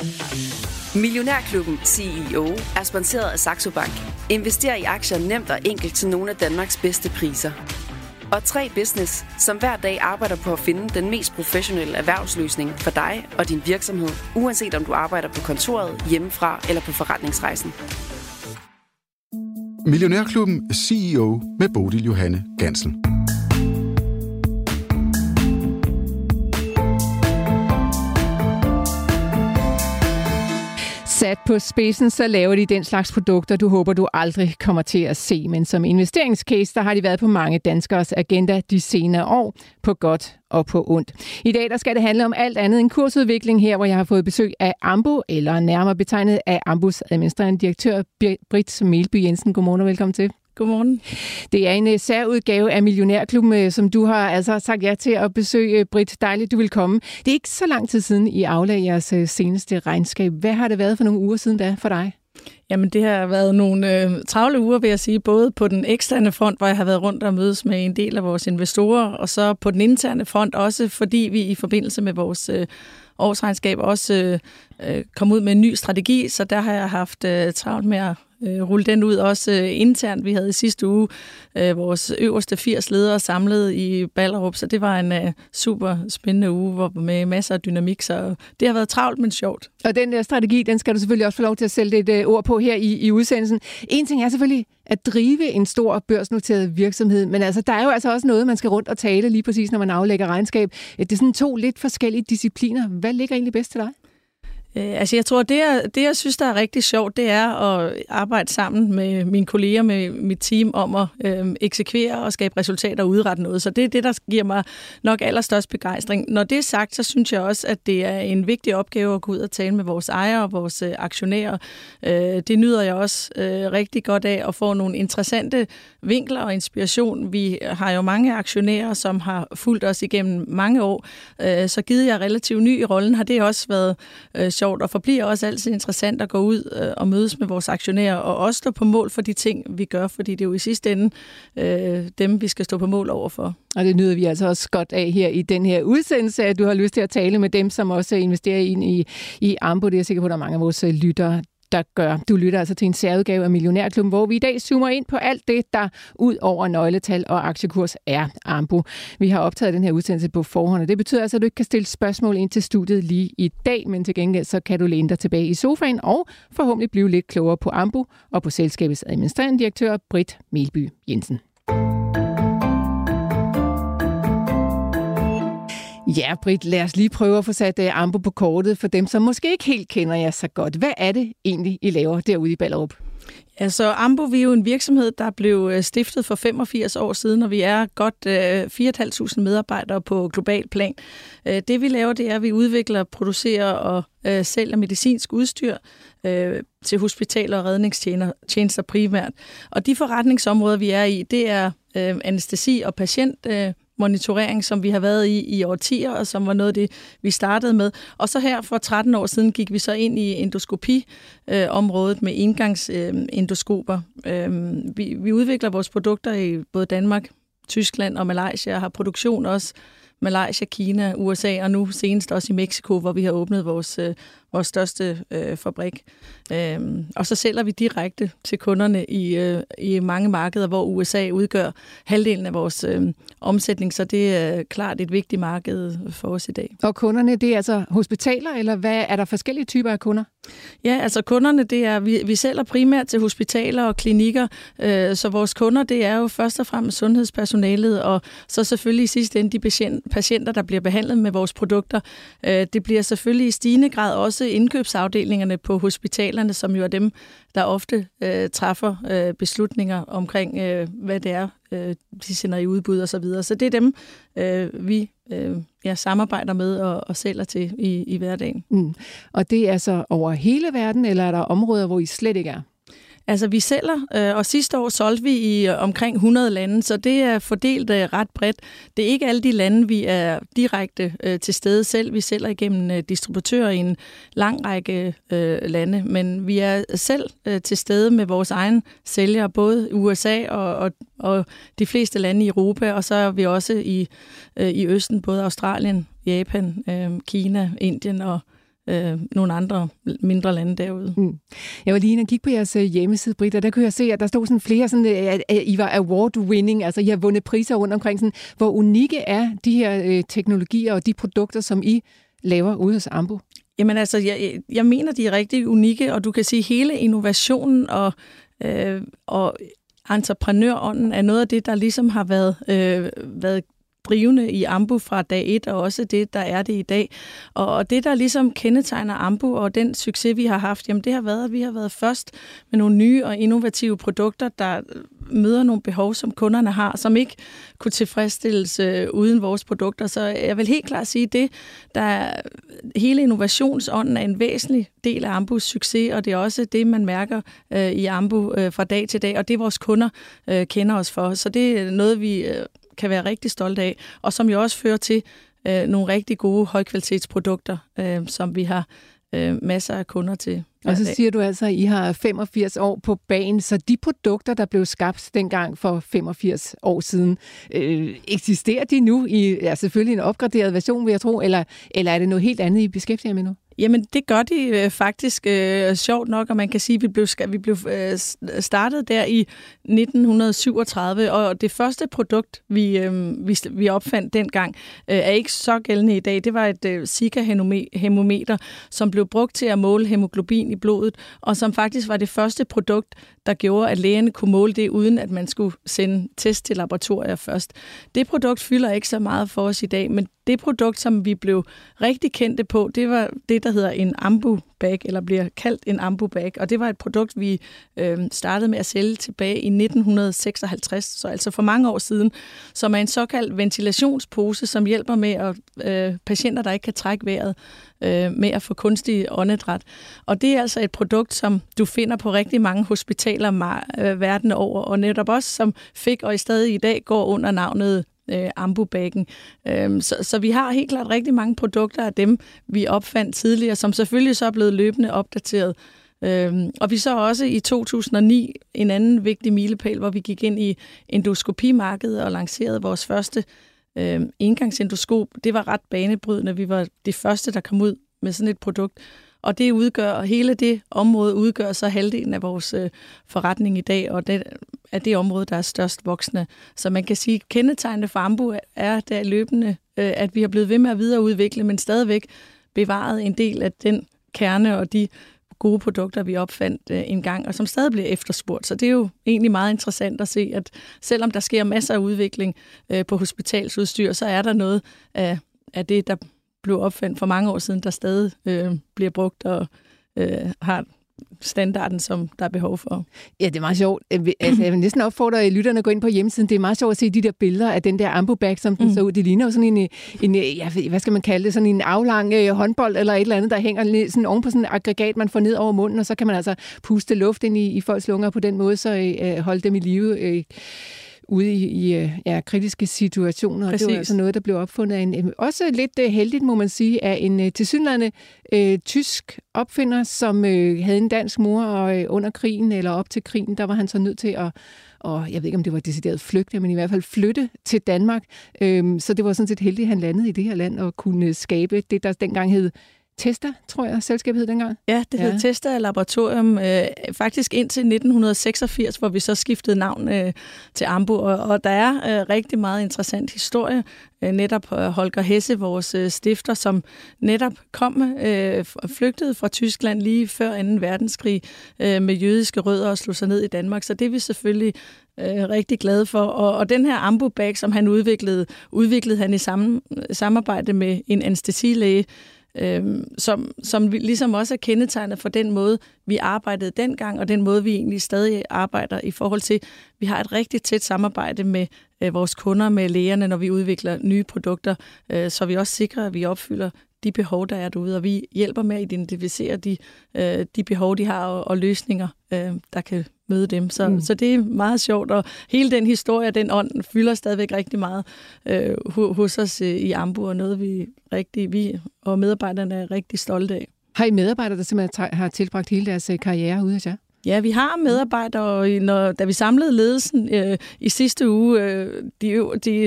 Millionærklubben CEO er sponsoreret af Saxo Bank. Invester i aktier nemt og enkelt til nogle af Danmarks bedste priser. Og 3 Business, som hver dag arbejder på at finde den mest professionelle erhvervsløsning for dig og din virksomhed, uanset om du arbejder på kontoret, hjemmefra eller på forretningsrejsen. Millionærklubben CEO med Bodil Johanne Gansel. Sat på spidsen, så laver de den slags produkter, du håber, du aldrig kommer til at se. Men som investeringscase, der har de været på mange danskers agenda de senere år, på godt og på ondt. I dag der skal det handle om alt andet end kursudvikling her, hvor jeg har fået besøg af Ambu, eller nærmere betegnet af Ambus administrerende direktør Britt Melby Jensen. Godmorgen og velkommen til. Godmorgen. Det er en særudgave af Millionærklubben, som du har altså sagt ja til at besøge. Britt, dejligt, du vil komme. Det er ikke så lang tid siden, I aflagde jeres seneste regnskab. Hvad har det været for nogle uger siden da for dig? Jamen, det har været nogle travle uger, vil jeg sige, både på den eksterne front, hvor jeg har været rundt og mødes med en del af vores investorer, og så på den interne front også, fordi vi i forbindelse med vores årsregnskab også kom ud med en ny strategi, så der har jeg haft travlt med at rulle den ud også internt. Vi havde i sidste uge vores øverste 80 ledere samlet i Ballerup, så det var en super spændende uge med masser af dynamik, så det har været travlt, men sjovt. Og den der strategi, den skal du selvfølgelig også få lov til at sætte et ord på her i udsendelsen. En ting er selvfølgelig at drive en stor børsnoteret virksomhed, men altså, der er jo altså også noget, man skal rundt og tale lige præcis, når man aflægger regnskab. Det er sådan 2 lidt forskellige discipliner. Hvad ligger egentlig bedst til dig? Altså jeg tror, det jeg synes, der er rigtig sjovt, det er at arbejde sammen med mine kolleger, med mit team om at eksekvere og skabe resultater og udrette noget. Så det er det, der giver mig nok allerstørst begejstring. Når det er sagt, så synes jeg også, at det er en vigtig opgave at gå ud og tale med vores ejere og vores aktionærer. Det nyder jeg også rigtig godt af at få nogle interessante vinkler og inspiration. Vi har jo mange aktionærer, som har fulgt os igennem mange år. Så givet jeg relativt ny i rollen, har det også været sjovt, og forbliver også altid interessant at gå ud og mødes med vores aktionærer, og også stå på mål for de ting, vi gør, fordi det er jo i sidste ende dem, vi skal stå på mål overfor. Og det nyder vi altså også godt af her i den her udsendelse, at du har lyst til at tale med dem, som også investerer ind i Ambu. Det er jeg sikker på, at der er mange af vores lyttere, der gør. Du lytter altså til en særudgave af Millionærklubben, hvor vi i dag zoomer ind på alt det, der ud over nøgletal og aktiekurs er Ambu. Vi har optaget den her udsendelse på forhånd, og det betyder altså, at du ikke kan stille spørgsmål ind til studiet lige i dag, men til gengæld så kan du læne dig tilbage i sofaen og forhåbentlig blive lidt klogere på Ambu og på selskabets administrerende direktør Britt Melby Jensen. Ja, Britt, lad os lige prøve at få sat Ambu på kortet for dem, som måske ikke helt kender jer så godt. Hvad er det egentlig, I laver derude i Ballerup? Ja, så Ambu, vi er jo en virksomhed, der blev stiftet for 85 år siden, og vi er godt 4.500 medarbejdere på global plan. Det vi laver, det er, at vi udvikler, producerer og sælger medicinsk udstyr til hospitaler og redningstjenester primært. Og de forretningsområder, vi er i, det er anæstesi og patientmonitorering, som vi har været i årtier, og som var noget af det, vi startede med. Og så her for 13 år siden gik vi så ind i endoskopi-området med engangsendoskoper. Vi udvikler vores produkter i både Danmark, Tyskland og Malaysia, og har produktion også Malaysia, Kina, USA og nu senest også i Mexico, hvor vi har åbnet vores største fabrik. Og så sælger vi direkte til kunderne i mange markeder, hvor USA udgør halvdelen af vores omsætning, så det er klart et vigtigt marked for os i dag. Og kunderne, det er altså hospitaler, eller hvad er der forskellige typer af kunder? Ja, altså kunderne, det er, vi sælger primært til hospitaler og klinikker, så vores kunder, det er jo først og fremmest sundhedspersonalet, og så selvfølgelig i sidste ende de patienter, der bliver behandlet med vores produkter. Det bliver selvfølgelig i stigende grad også indkøbsafdelingerne på hospitalerne, som jo er dem, der ofte træffer beslutninger omkring, hvad det er, de sender i udbud og så videre. Så det er dem, vi samarbejder med og sælger til i hverdagen. Og det er så over hele verden, eller er der områder, hvor I slet ikke er? Altså, vi sælger, og sidste år solgte vi i omkring 100 lande, så det er fordelt ret bredt. Det er ikke alle de lande, vi er direkte til stede selv. Vi sælger igennem distributører i en lang række lande, men vi er selv til stede med vores egen sælgere, både i USA og de fleste lande i Europa, og så er vi også i Østen, både Australien, Japan, Kina, Indien og nogle andre mindre lande derude. Jeg var lige inde og kigge på jeres hjemmeside, Britt, og der kunne jeg se, at der stod sådan flere, sådan, at I var award-winning, altså I har vundet priser rundt omkring. Sådan, hvor unikke er de her teknologier og de produkter, som I laver ude hos Ambu? Jamen altså, jeg mener, de er rigtig unikke, og du kan sige, hele innovationen og entreprenørånden er noget af det, der ligesom har været drivende i Ambu fra dag 1, og også det, der er det i dag. Og det, der ligesom kendetegner Ambu, og den succes, vi har haft, jamen det har været, at vi har været først med nogle nye og innovative produkter, der møder nogle behov, som kunderne har, som ikke kunne tilfredsstilles uden vores produkter. Så jeg vil helt klart sige det, hele innovationsånden er en væsentlig del af Ambus succes, og det er også det, man mærker i Ambu fra dag til dag, og det vores kunder kender os for. Så det er noget, vi kan være rigtig stolte af, og som jo også fører til nogle rigtig gode højkvalitetsprodukter, som vi har masser af kunder til. Og så siger du altså, at I har 85 år på bagen, så de produkter, der blev skabt dengang for 85 år siden, eksisterer de nu i selvfølgelig en opgraderet version, vil jeg tro, eller er det noget helt andet, I beskæftiger med nu? Jamen, det gør de faktisk sjovt nok, og man kan sige, at vi blev startet der i 1937, og det første produkt, vi opfandt dengang, er ikke så gældende i dag. Det var et Zika-hæmometer, som blev brugt til at måle hemoglobin i blodet, og som faktisk var det første produkt, der gjorde, at lægerne kunne måle det, uden at man skulle sende test til laboratorier først. Det produkt fylder ikke så meget for os i dag, men det produkt, som vi blev rigtig kendte på, det var det, der hedder en Ambu-bag, eller bliver kaldt en Ambu-bag. Og det var et produkt, vi startede med at sælge tilbage i 1956, så altså for mange år siden, som er en såkaldt ventilationspose, som hjælper med patienter, der ikke kan trække vejret, med at få kunstig åndedræt. Og det er altså et produkt, som du finder på rigtig mange hospitaler verden over, og netop også som fik og i stadig i dag går under navnet Ambu-bagen. Så vi har helt klart rigtig mange produkter af dem, vi opfandt tidligere, som selvfølgelig så er blevet løbende opdateret. Og vi så også i 2009 en anden vigtig milepæl, hvor vi gik ind i endoskopimarkedet og lancerede vores første engangsendoskop. Det var ret banebrydende. Vi var de første, der kom ud med sådan et produkt. Og hele det område udgør så halvdelen af vores forretning i dag, og det er det område, der er størst voksende. Så man kan sige, at kendetegnende for Ambu er der løbende, at vi har blevet ved med at videreudvikle, men stadigvæk bevaret en del af den kerne og de gode produkter, vi opfandt engang, og som stadig bliver efterspurgt. Så det er jo egentlig meget interessant at se, at selvom der sker masser af udvikling på hospitalsudstyr, så er der noget af det, der blev opfandt for mange år siden, der stadig bliver brugt og har standarden, som der er behov for. Ja, det er meget sjovt. Altså, jeg vil næsten opfordre lytterne at gå ind på hjemmesiden. Det er meget sjovt at se de der billeder af den der Ambu-bag, som den så ud. Det ligner jo sådan hvad skal man kalde det, sådan en aflang håndbold eller et eller andet, der hænger sådan oven på sådan et aggregat, man får ned over munden, og så kan man altså puste luft ind i folks lunger på den måde, så holde dem i live ude i kritiske situationer. Præcis. Og det var altså noget, der blev opfundet af også lidt heldigt, må man sige, af en tilsyneladende tysk opfinder, som havde en dansk mor, og under krigen eller op til krigen, der var han så nødt til og jeg ved ikke, om det var decideret flygte, men i hvert fald flytte til Danmark. Så det var sådan set heldigt, at han landede i det her land og kunne skabe det, der dengang hed Testa, tror jeg, selskabet hed dengang. Ja, det hed Testa Laboratorium, faktisk indtil 1986, hvor vi så skiftede navn til Ambu, og der er rigtig meget interessant historie. Netop Holger Hesse, vores stifter, som netop flygtede fra Tyskland lige før 2. verdenskrig med jødiske rødder og slog sig ned i Danmark, så det er vi selvfølgelig rigtig glade for. Og den her Ambu-bag, som han udviklede han i samarbejde med en anæstesilæge, som ligesom også er kendetegnet for den måde, vi arbejdede dengang, og den måde, vi egentlig stadig arbejder i forhold til, vi har et rigtig tæt samarbejde med vores kunder, med lægerne, når vi udvikler nye produkter, så vi også sikrer, at vi opfylder de behov, der er derude, og vi hjælper med at identificere de behov, de har, og løsninger, der kan møde dem. Så det er meget sjovt, og hele den historie, den ånd, fylder stadigvæk rigtig meget hos os i Ambu, og noget, vi og medarbejderne er rigtig stolte af. Har I medarbejdere, der simpelthen har tilbragt hele deres karriere ude hos jer? Ja, vi har medarbejdere, og da vi samlede ledelsen i sidste uge, de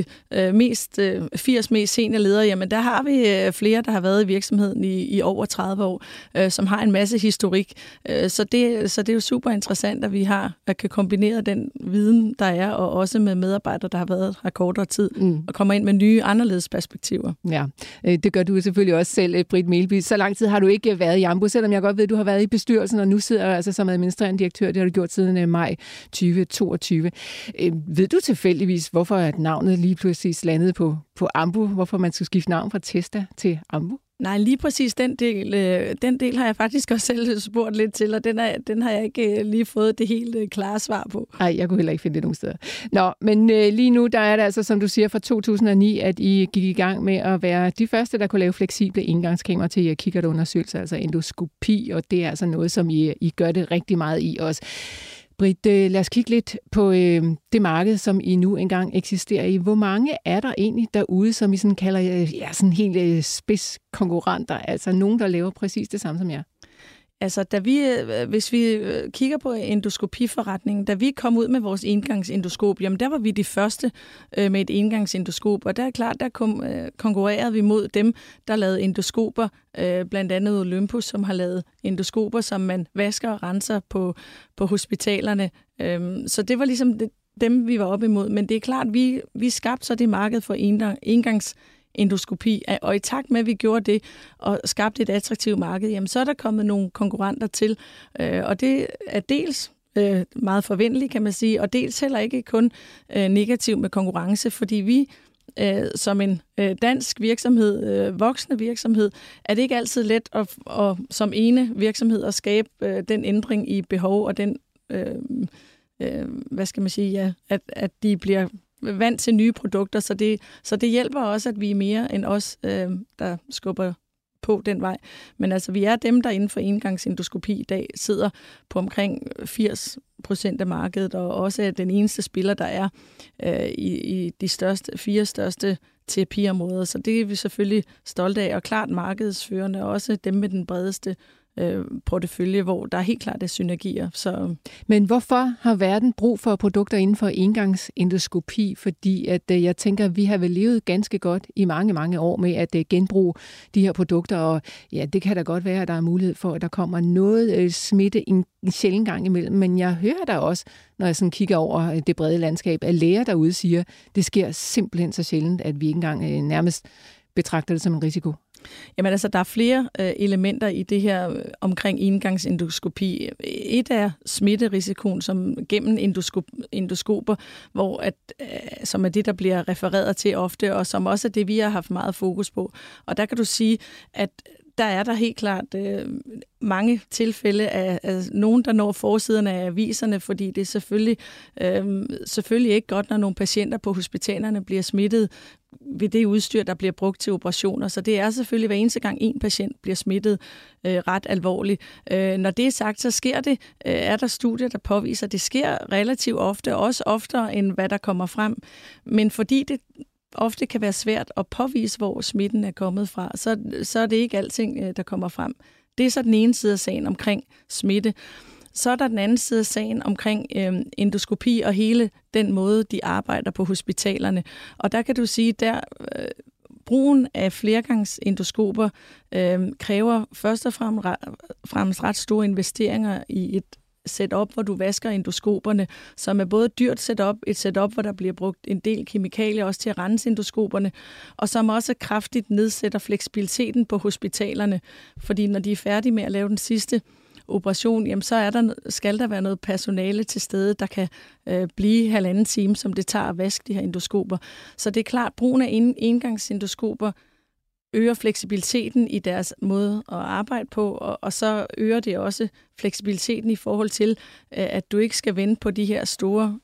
80 mest senior ledere, jamen der har vi flere, der har været i virksomheden i over 30 år, som har en masse historik. Så det er jo super interessant, at vi kan kombinere den viden, der er, og også med medarbejdere, der har været her kortere tid, og kommer ind med nye, anderledes perspektiver. Ja, det gør du selvfølgelig også selv, Britt Meelby. Så lang tid har du ikke været i Ambu, selvom jeg godt ved, at du har været i bestyrelsen, og nu sidder altså som administrerende direktør. Det har du gjort siden maj 2022. Ved du tilfældigvis, hvorfor at navnet lige pludselig landede på Ambu? Hvorfor man skulle skifte navn fra Testa til Ambu? Nej, lige præcis den del har jeg faktisk også selv spurgt lidt til, og den har jeg ikke lige fået det helt klare svar på. Nej, jeg kunne heller ikke finde det nogen steder. Nå, men lige nu, der er det altså, som du siger, fra 2009, at I gik i gang med at være de første, der kunne lave fleksible engangskameraer til kikkertundersøgelser, altså endoskopi, og det er altså noget, som I gør det rigtig meget i også. Britt, lad os kigge lidt på det marked, som I nu engang eksisterer i. Hvor mange er der egentlig derude, som I sådan kalder sådan helt spidskonkurrenter, altså nogen, der laver præcis det samme som jer? Altså, hvis vi kigger på endoskopiforretningen, da vi kom ud med vores engangsendoskop, jamen der var vi de første med et engangsendoskop, og der er klart, der konkurrerede vi mod dem, der lavede endoskoper, blandt andet Olympus, som har lavet endoskoper, som man vasker og renser på hospitalerne. Så det var ligesom dem, vi var op imod. Men det er klart, vi skabte så det marked for endoskopi, og i takt med, at vi gjorde det og skabte et attraktivt marked, jamen så er der kommet nogle konkurrenter til, og det er dels meget forventeligt, kan man sige, og dels heller ikke kun negativt med konkurrence, fordi vi som en dansk virksomhed, voksende virksomhed, er det ikke altid let at som ene virksomhed at skabe den ændring i behov og den, hvad skal man sige, ja, at de bliver vant til nye produkter, så det hjælper også, at vi er mere end os, der skubber på den vej. Men altså, vi er dem, der inden for engangsendoskopi i dag sidder på omkring 80% af markedet, og også er den eneste spiller, der er i de 4 største terapiområder. Så det er vi selvfølgelig stolte af, og klart markedsførende, og også dem med den bredeste portefølje, hvor der helt klart er synergier. Så. Men hvorfor har verden brug for produkter inden for engangsendoskopi? Fordi at jeg tænker, at vi har vel levet ganske godt i mange, mange år med at genbruge de her produkter, og ja, det kan da godt være, at der er mulighed for, at der kommer noget smitte en sjældent gang imellem, men jeg hører da også, når jeg sådan kigger over det brede landskab, at læger derude siger, at det sker simpelthen så sjældent, at vi ikke engang nærmest betragter det som en risiko. Jamen altså, der er flere elementer i det her omkring engangsendoskopi. Et er smitterisikoen, som gennem endoskoper, som er det, der bliver refereret til ofte, og som også er det, vi har haft meget fokus på. Og der kan du sige, at der er der helt klart mange tilfælde af nogen, der når forsiderne af aviserne, fordi det er selvfølgelig ikke godt, når nogle patienter på hospitalerne bliver smittet ved det udstyr, der bliver brugt til operationer. Så det er selvfølgelig hver eneste gang en patient bliver smittet ret alvorligt. Når det er sagt, så sker det, er der studier, der påviser, at det sker relativt ofte, også oftere end hvad der kommer frem. Men fordi det ofte kan være svært at påvise, hvor smitten er kommet fra, så er det ikke alting, der kommer frem. Det er så den ene side af sagen omkring smitte. Så er der den anden side af sagen omkring endoskopi og hele den måde, de arbejder på hospitalerne. Og der kan du sige, der brugen af flergangsendoskoper kræver først og fremmest ret store investeringer i et setup, hvor du vasker endoskoperne, som er både dyrt setup, et setup, hvor der bliver brugt en del kemikalier også til at rense endoskoperne, og som også kraftigt nedsætter fleksibiliteten på hospitalerne, fordi når de er færdige med at lave den sidste operation, jamen så skal der være noget personale til stede, der kan blive 1,5 time, som det tager at vaske de her endoskoper. Så det er klart, brugen af engangsendoskoper øger fleksibiliteten i deres måde at arbejde på, og så øger det også fleksibiliteten i forhold til, at du ikke skal vente på de her store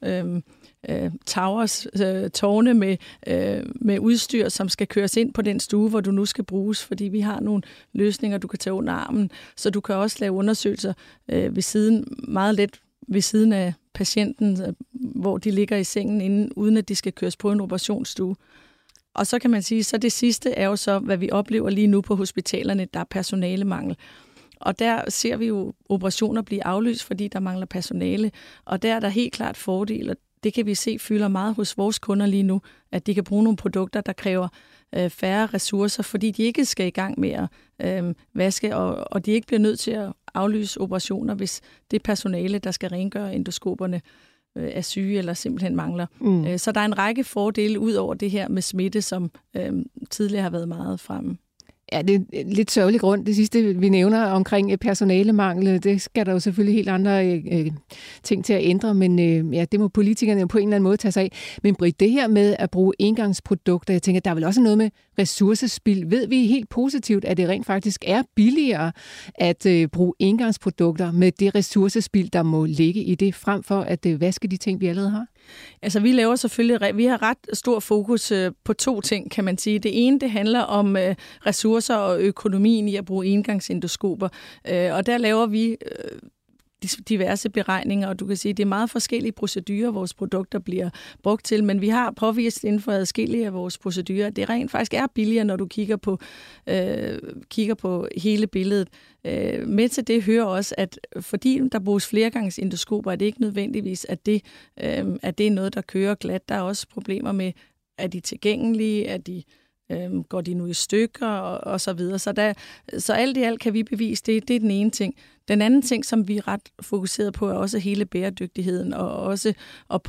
tårne med udstyr, som skal køres ind på den stue, hvor du nu skal bruges, fordi vi har nogle løsninger, du kan tage under armen, så du kan også lave undersøgelser meget let ved siden af patienten, hvor de ligger i sengen inden, uden at de skal køres på en operationsstue. Og så kan man sige, så det sidste er jo så, hvad vi oplever lige nu på hospitalerne, der er personalemangel. Og der ser vi jo operationer blive aflyst, fordi der mangler personale. Og der er der helt klart fordele. Det kan vi se fylder meget hos vores kunder lige nu, at de kan bruge nogle produkter, der kræver færre ressourcer, fordi de ikke skal i gang med at vaske, og de ikke bliver nødt til at aflyse operationer, hvis det personale, der skal rengøre endoskoperne, er syge eller simpelthen mangler. Så der er en række fordele ud over det her med smitte, som tidligere har været meget fremme. Ja, det er lidt sørgelig grund. Det sidste, vi nævner omkring personalemangel, det skal der jo selvfølgelig helt andre ting til at ændre, men det må politikerne på en eller anden måde tage sig af. Men Britt, det her med at bruge engangsprodukter, jeg tænker, der er vel også noget med ressourcespild. Ved vi helt positivt, at det rent faktisk er billigere at bruge engangsprodukter med det ressourcespild, der må ligge i det, frem for at vaske de ting, vi allerede har? Altså, vi har ret stor fokus på 2 ting, kan man sige. Det ene, det handler om ressourcer og økonomien i at bruge engangsendoskoper. Og der laver vi diverse beregninger, og du kan sige, at det er meget forskellige procedurer, vores produkter bliver brugt til, men vi har påvist inden for adskillige af vores procedurer, at det rent faktisk er billigere, når du kigger på hele billedet. Med til det hører også, at fordi der bruges flergangsendoskoper, er det ikke nødvendigvis, at det er noget, der kører glat. Der er også problemer med, er de tilgængelige, går de nu i stykker og så videre. Så alt i alt kan vi bevise det. Det er den ene ting. Den anden ting, som vi er ret fokuseret på, er også hele bæredygtigheden og også at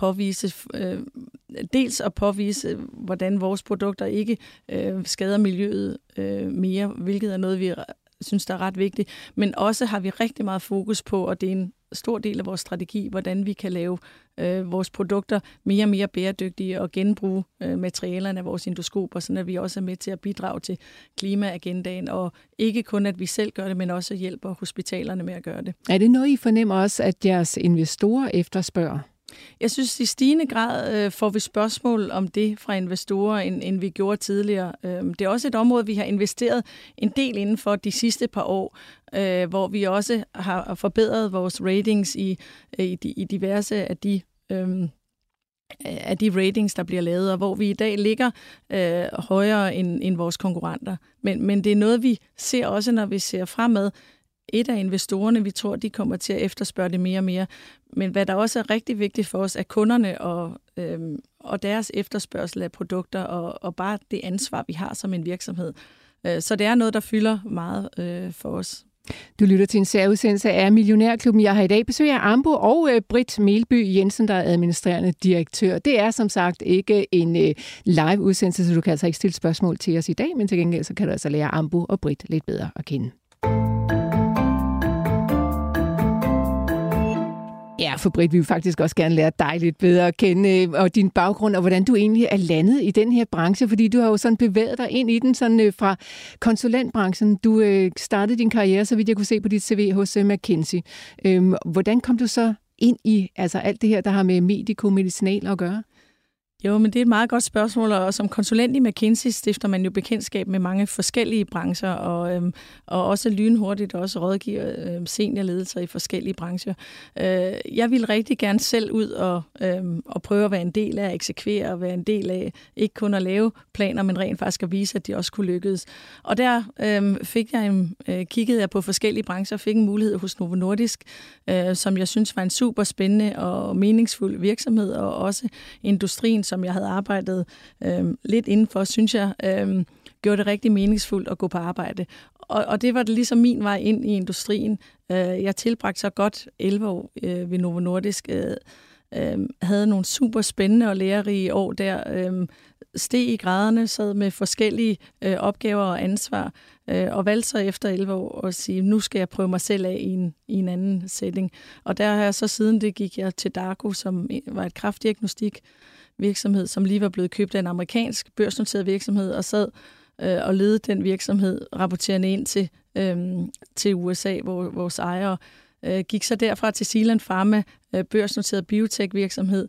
påvise, hvordan vores produkter ikke skader miljøet mere, hvilket er noget, vi synes, der er ret vigtigt. Men også har vi rigtig meget fokus på, og det er en stor del af vores strategi, hvordan vi kan lave vores produkter mere og mere bæredygtige og genbruge materialerne af vores endoskoper, så at vi også er med til at bidrage til klimaagendaen, og ikke kun, at vi selv gør det, men også hjælper hospitalerne med at gøre det. Er det noget, I fornemmer også, at jeres investorer efterspørger? Jeg synes, i stigende grad får vi spørgsmål om det fra investorer, end vi gjorde tidligere. Det er også et område, vi har investeret en del inden for de sidste par år, hvor vi også har forbedret vores ratings i diverse af de ratings, der bliver lavet, og hvor vi i dag ligger højere end vores konkurrenter. Men det er noget, vi ser også, når vi ser fremad. Et af investorerne, vi tror, de kommer til at efterspørge det mere og mere. Men hvad der også er rigtig vigtigt for os, er kunderne og deres efterspørgsel af produkter, og bare det ansvar, vi har som en virksomhed. Så det er noget, der fylder meget for os. Du lytter til en særudsendelse af Millionærklubben. Jeg har i dag besøg af Ambo og Britt Melby Jensen, der er administrerende direktør. Det er som sagt ikke en live udsendelse, så du kan altså ikke stille spørgsmål til os i dag, men til gengæld så kan du altså lære Ambo og Britt lidt bedre at kende. Ja, for Britt, vi vil faktisk også gerne lære dig lidt bedre at kende, og din baggrund, og hvordan du egentlig er landet i den her branche, fordi du har jo sådan bevæget dig ind i den sådan fra konsulentbranchen. Du startede din karriere, så vidt jeg kunne se på dit CV hos McKinsey. Hvordan kom du så ind i alt det her, der har med medicinal at gøre? Jo, men det er et meget godt spørgsmål, og som konsulent i McKinsey stifter man jo bekendtskab med mange forskellige brancher, og også lynhurtigt også rådgiver seniorledelser i forskellige brancher. Jeg vil rigtig gerne selv ud og prøve at være en del af at eksekvere, og være en del af ikke kun at lave planer, men rent faktisk at vise, at de også kunne lykkes. Og der kiggede jeg på forskellige brancher og fik en mulighed hos Novo Nordisk, som jeg synes var en super spændende og meningsfuld virksomhed, og også industrien, som jeg havde arbejdet lidt indenfor, synes jeg, gjorde det rigtig meningsfuldt at gå på arbejde. Og det var det ligesom min vej ind i industrien. Jeg tilbragte så godt 11 år ved Novo Nordisk, havde nogle super spændende og lærerige år der, steg i graderne, sad med forskellige opgaver og ansvar, og valgte så efter 11 år at sige, nu skal jeg prøve mig selv af i en anden setting. Og der har jeg så siden det gik jeg til Darko, som var et kræftdiagnostik virksomhed, som lige var blevet købt af en amerikansk børsnoteret virksomhed, og sad og ledede den virksomhed, rapporterende ind til USA, hvor vores ejere gik så derfra til Zealand Pharma, børsnoteret biotech-virksomhed.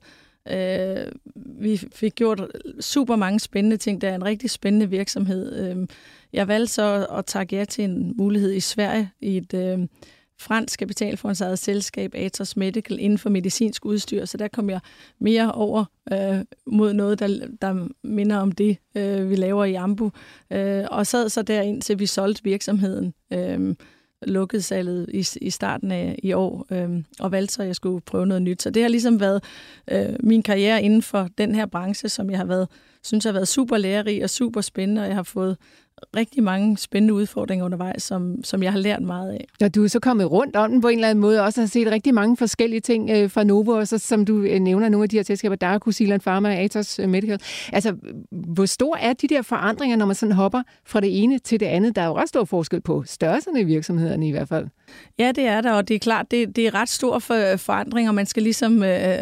Vi fik gjort super mange spændende ting. Der er en rigtig spændende virksomhed. Jeg valgte så at takke ja til en mulighed i Sverige i et fransk kapitalfondsejet selskab, Atos Medical, inden for medicinsk udstyr. Så der kom jeg mere over mod noget, der minder om det, vi laver i Ambu. Og sad så der indtil vi solgte virksomheden lukkede salget i starten af i år, og valgte så, at jeg skulle prøve noget nyt. Så det har ligesom været min karriere inden for den her branche, som jeg synes har været super lærerig og super spændende, og jeg har fået rigtig mange spændende udfordringer undervejs, som jeg har lært meget af. Og du er så kommet rundt om den på en eller anden måde, og også har set rigtig mange forskellige ting fra Novo, og så, som du nævner, nogle af de her selskaber, Dako, Zealand Pharma, Atos Medical. Altså, hvor stor er de der forandringer, når man sådan hopper fra det ene til det andet? Der er jo ret stor forskel på størrelserne i virksomhederne i hvert fald. Ja, det er der, og det er klart, det er ret stor forandring, og man skal ligesom,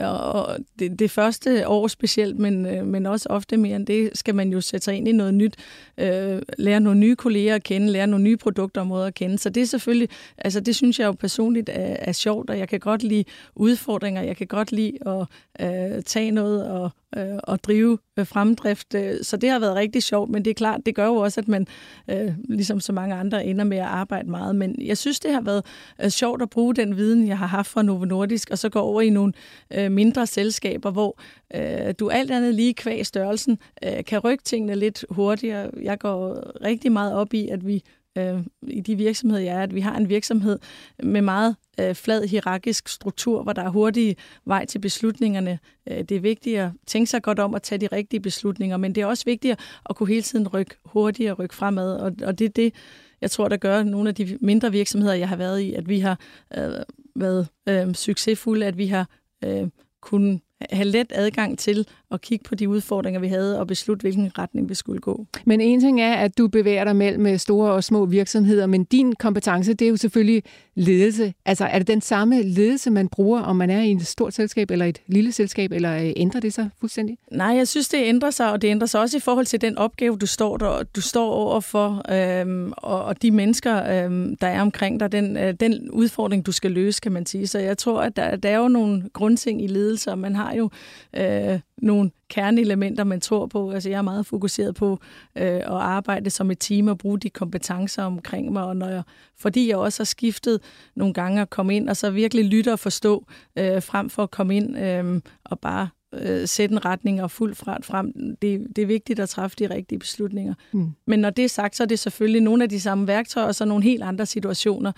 det første år specielt, men også ofte mere end det, skal man jo sætte sig ind i noget nyt, lære nogle nye kolleger at kende, lære nogle nye produktområder at kende. Så det er selvfølgelig, altså det synes jeg jo personligt er sjovt, og jeg kan godt lide udfordringer, jeg kan godt lide at tage noget og drive fremdrift. Så det har været rigtig sjovt, men det er klart, det gør jo også, at man, ligesom så mange andre, ender med at arbejde meget. Men jeg synes, det har været sjovt at bruge den viden, jeg har haft fra Novo Nordisk, og så gå over i nogle mindre selskaber, hvor du alt andet lige kvæg størrelsen kan rykke tingene lidt hurtigere. Jeg går rigtig meget op i, at vi i de virksomheder, jeg er, at vi har en virksomhed med meget flad hierarkisk struktur, hvor der er hurtig vej til beslutningerne. Det er vigtigt at tænke sig godt om at tage de rigtige beslutninger, men det er også vigtigt at kunne hele tiden rykke hurtigere og rykke fremad, og det er det, jeg tror, der gør nogle af de mindre virksomheder, jeg har været i, at vi har været succesfulde, at vi har kunnet have let adgang til at kigge på de udfordringer, vi havde, og beslutte, hvilken retning vi skulle gå. Men en ting er, at du bevæger dig mellem store og små virksomheder, men din kompetence, det er jo selvfølgelig ledelse. Altså, er det den samme ledelse, man bruger, om man er i et stort selskab eller et lille selskab, eller ændrer det sig fuldstændig? Nej, jeg synes, det ændrer sig, og det ændrer sig også i forhold til den opgave, du står overfor, og de mennesker, der er omkring dig, den udfordring, du skal løse, kan man sige. Så jeg tror, at der er jo nogle grundting i ledelse, og man har jo nogle kerneelementer, man tror på. Altså, jeg er meget fokuseret på at arbejde som et team og bruge de kompetencer omkring mig, og fordi jeg også har skiftet nogle gange at komme ind og så virkelig lytte og forstå, frem for at komme ind og bare sætte en retning og fuld fart frem. Det er vigtigt at træffe de rigtige beslutninger. Men når det er sagt, så er det selvfølgelig nogle af de samme værktøjer, og så nogle helt andre situationer.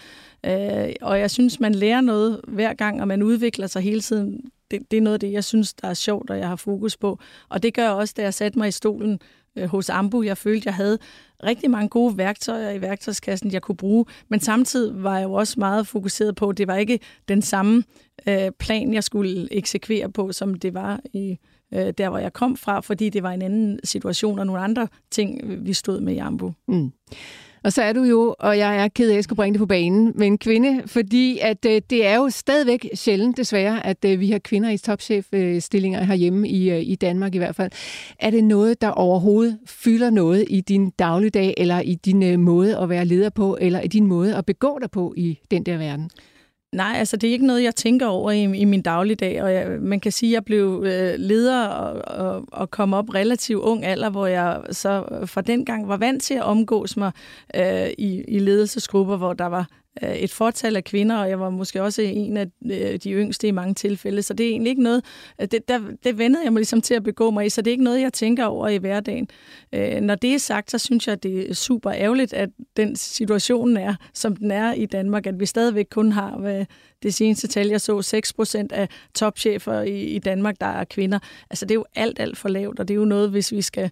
Og jeg synes, man lærer noget hver gang, og man udvikler sig hele tiden. Det er noget af det, jeg synes, der er sjovt, og jeg har fokus på. Og det gør jeg også, da jeg satte mig i stolen hos Ambu. Jeg følte, jeg havde rigtig mange gode værktøjer i værktøjskassen, jeg kunne bruge. Men samtidig var jeg jo også meget fokuseret på, at det var ikke den samme plan, jeg skulle eksekvere på, som det var der, hvor jeg kom fra, fordi det var en anden situation og nogle andre ting, vi stod med i Ambu. Og så er du jo, og jeg er ked af, at jeg skulle bringe det på banen, med en kvinde, fordi at det er jo stadigvæk sjældent, desværre, at vi har kvinder i topchefstillinger herhjemme i Danmark i hvert fald. Er det noget, der overhovedet fylder noget i din dagligdag, eller i din måde at være leder på, eller i din måde at begå dig på i den der verden? Nej, altså det er ikke noget, jeg tænker over i min dagligdag, og man kan sige, at jeg blev leder og kom op relativt ung alder, hvor jeg så fra den gang var vant til at omgås mig i ledelsesgrupper, hvor der var et fortal af kvinder, og jeg var måske også en af de yngste i mange tilfælde, så det er egentlig ikke noget, det vendede jeg mig ligesom til at begå mig i, så det er ikke noget, jeg tænker over i hverdagen. Når det er sagt, så synes jeg, det er super ærgerligt, at den situation er, som den er i Danmark, at vi stadigvæk kun har, hvad det seneste tal, jeg så, 6% af topchefer i Danmark, der er kvinder. Altså det er jo alt for lavt, og det er jo noget, hvis vi skal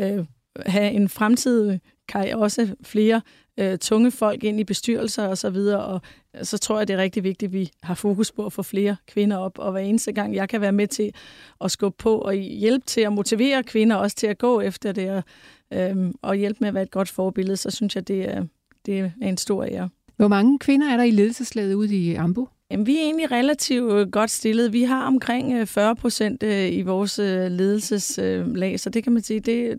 have en fremtid, kan også flere tunge folk ind i bestyrelser og så videre, og så tror jeg, det er rigtig vigtigt, at vi har fokus på at få flere kvinder op, og hver eneste gang, jeg kan være med til at skubbe på og hjælpe til at motivere kvinder også til at gå efter det, og hjælpe med at være et godt forbillede, så synes jeg, det er en stor ære. Hvor mange kvinder er der i ledelseslaget ude i Ambu? Jamen, vi er egentlig relativt godt stillet. Vi har omkring 40% i vores ledelseslag, så det kan man sige, det